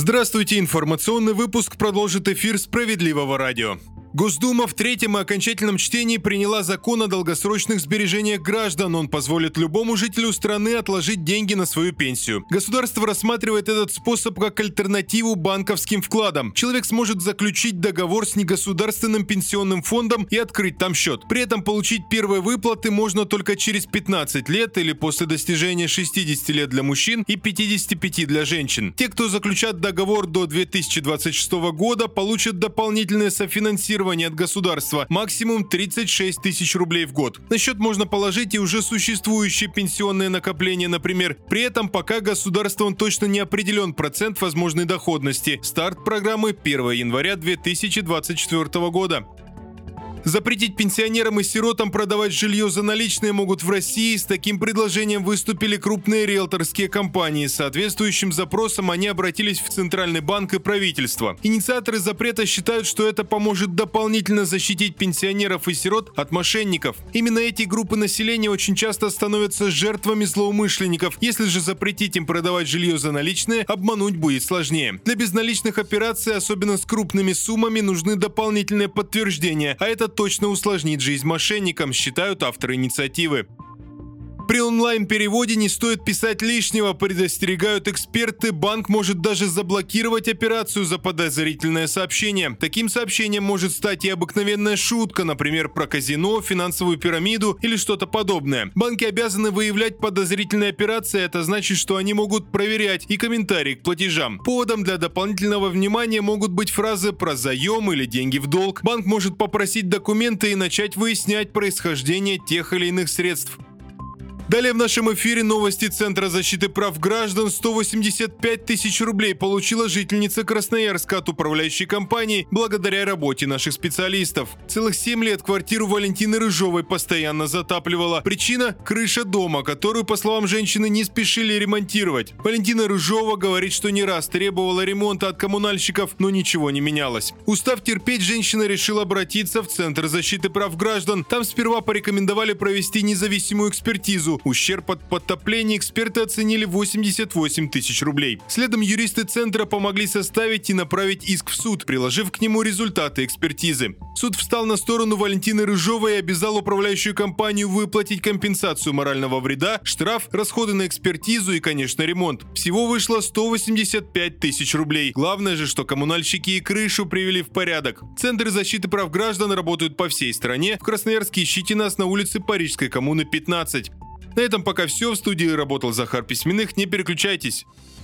Здравствуйте, информационный выпуск продолжит эфир «Справедливого радио». Госдума в третьем и окончательном чтении приняла закон о долгосрочных сбережениях граждан. Он позволит любому жителю страны отложить деньги на свою пенсию. Государство рассматривает этот способ как альтернативу банковским вкладам. Человек сможет заключить договор с негосударственным пенсионным фондом и открыть там счет. При этом получить первые выплаты можно только через 15 лет или после достижения 60 лет для мужчин и 55 для женщин. Те, кто заключат договор до 2026 года, получат дополнительное софинансирование от государства, максимум 36 тысяч рублей в год. На счет можно положить и уже существующие пенсионные накопления, например. При этом пока государством точно не определен процент возможной доходности. Старт программы 1 января 2024 года. Запретить пенсионерам и сиротам продавать жилье за наличные могут в России. С таким предложением выступили крупные риэлторские компании. С соответствующим запросом они обратились в Центральный банк и правительство. Инициаторы запрета считают, что это поможет дополнительно защитить пенсионеров и сирот от мошенников. Именно эти группы населения очень часто становятся жертвами злоумышленников. Если же запретить им продавать жилье за наличные, обмануть будет сложнее. Для безналичных операций, особенно с крупными суммами, нужны дополнительные подтверждения, а это точно усложнит жизнь мошенникам, считают авторы инициативы. При онлайн-переводе не стоит писать лишнего, предостерегают эксперты. Банк может даже заблокировать операцию за подозрительное сообщение. Таким сообщением может стать и обыкновенная шутка, например, про казино, финансовую пирамиду или что-то подобное. Банки обязаны выявлять подозрительные операции, это значит, что они могут проверять и комментарии к платежам. Поводом для дополнительного внимания могут быть фразы про заем или деньги в долг. Банк может попросить документы и начать выяснять происхождение тех или иных средств. Далее в нашем эфире новости Центра защиты прав граждан. 185 тысяч рублей получила жительница Красноярска от управляющей компании благодаря работе наших специалистов. Целых 7 лет квартиру Валентины Рыжовой постоянно затапливала. Причина – крыша дома, которую, по словам женщины, не спешили ремонтировать. Валентина Рыжова говорит, что не раз требовала ремонта от коммунальщиков, но ничего не менялось. Устав терпеть, женщина решила обратиться в Центр защиты прав граждан. Там сперва порекомендовали провести независимую экспертизу. Ущерб от подтопления эксперты оценили 88 тысяч рублей. Следом юристы Центра помогли составить и направить иск в суд, приложив к нему результаты экспертизы. Суд встал на сторону Валентины Рыжовой и обязал управляющую компанию выплатить компенсацию морального вреда, штраф, расходы на экспертизу и, конечно, ремонт. Всего вышло 185 тысяч рублей. Главное же, что коммунальщики и крышу привели в порядок. Центры защиты прав граждан работают по всей стране. В Красноярске ищите нас на улице Парижской коммуны, 15. На этом пока все. В студии работал Захар Письменных. Не переключайтесь.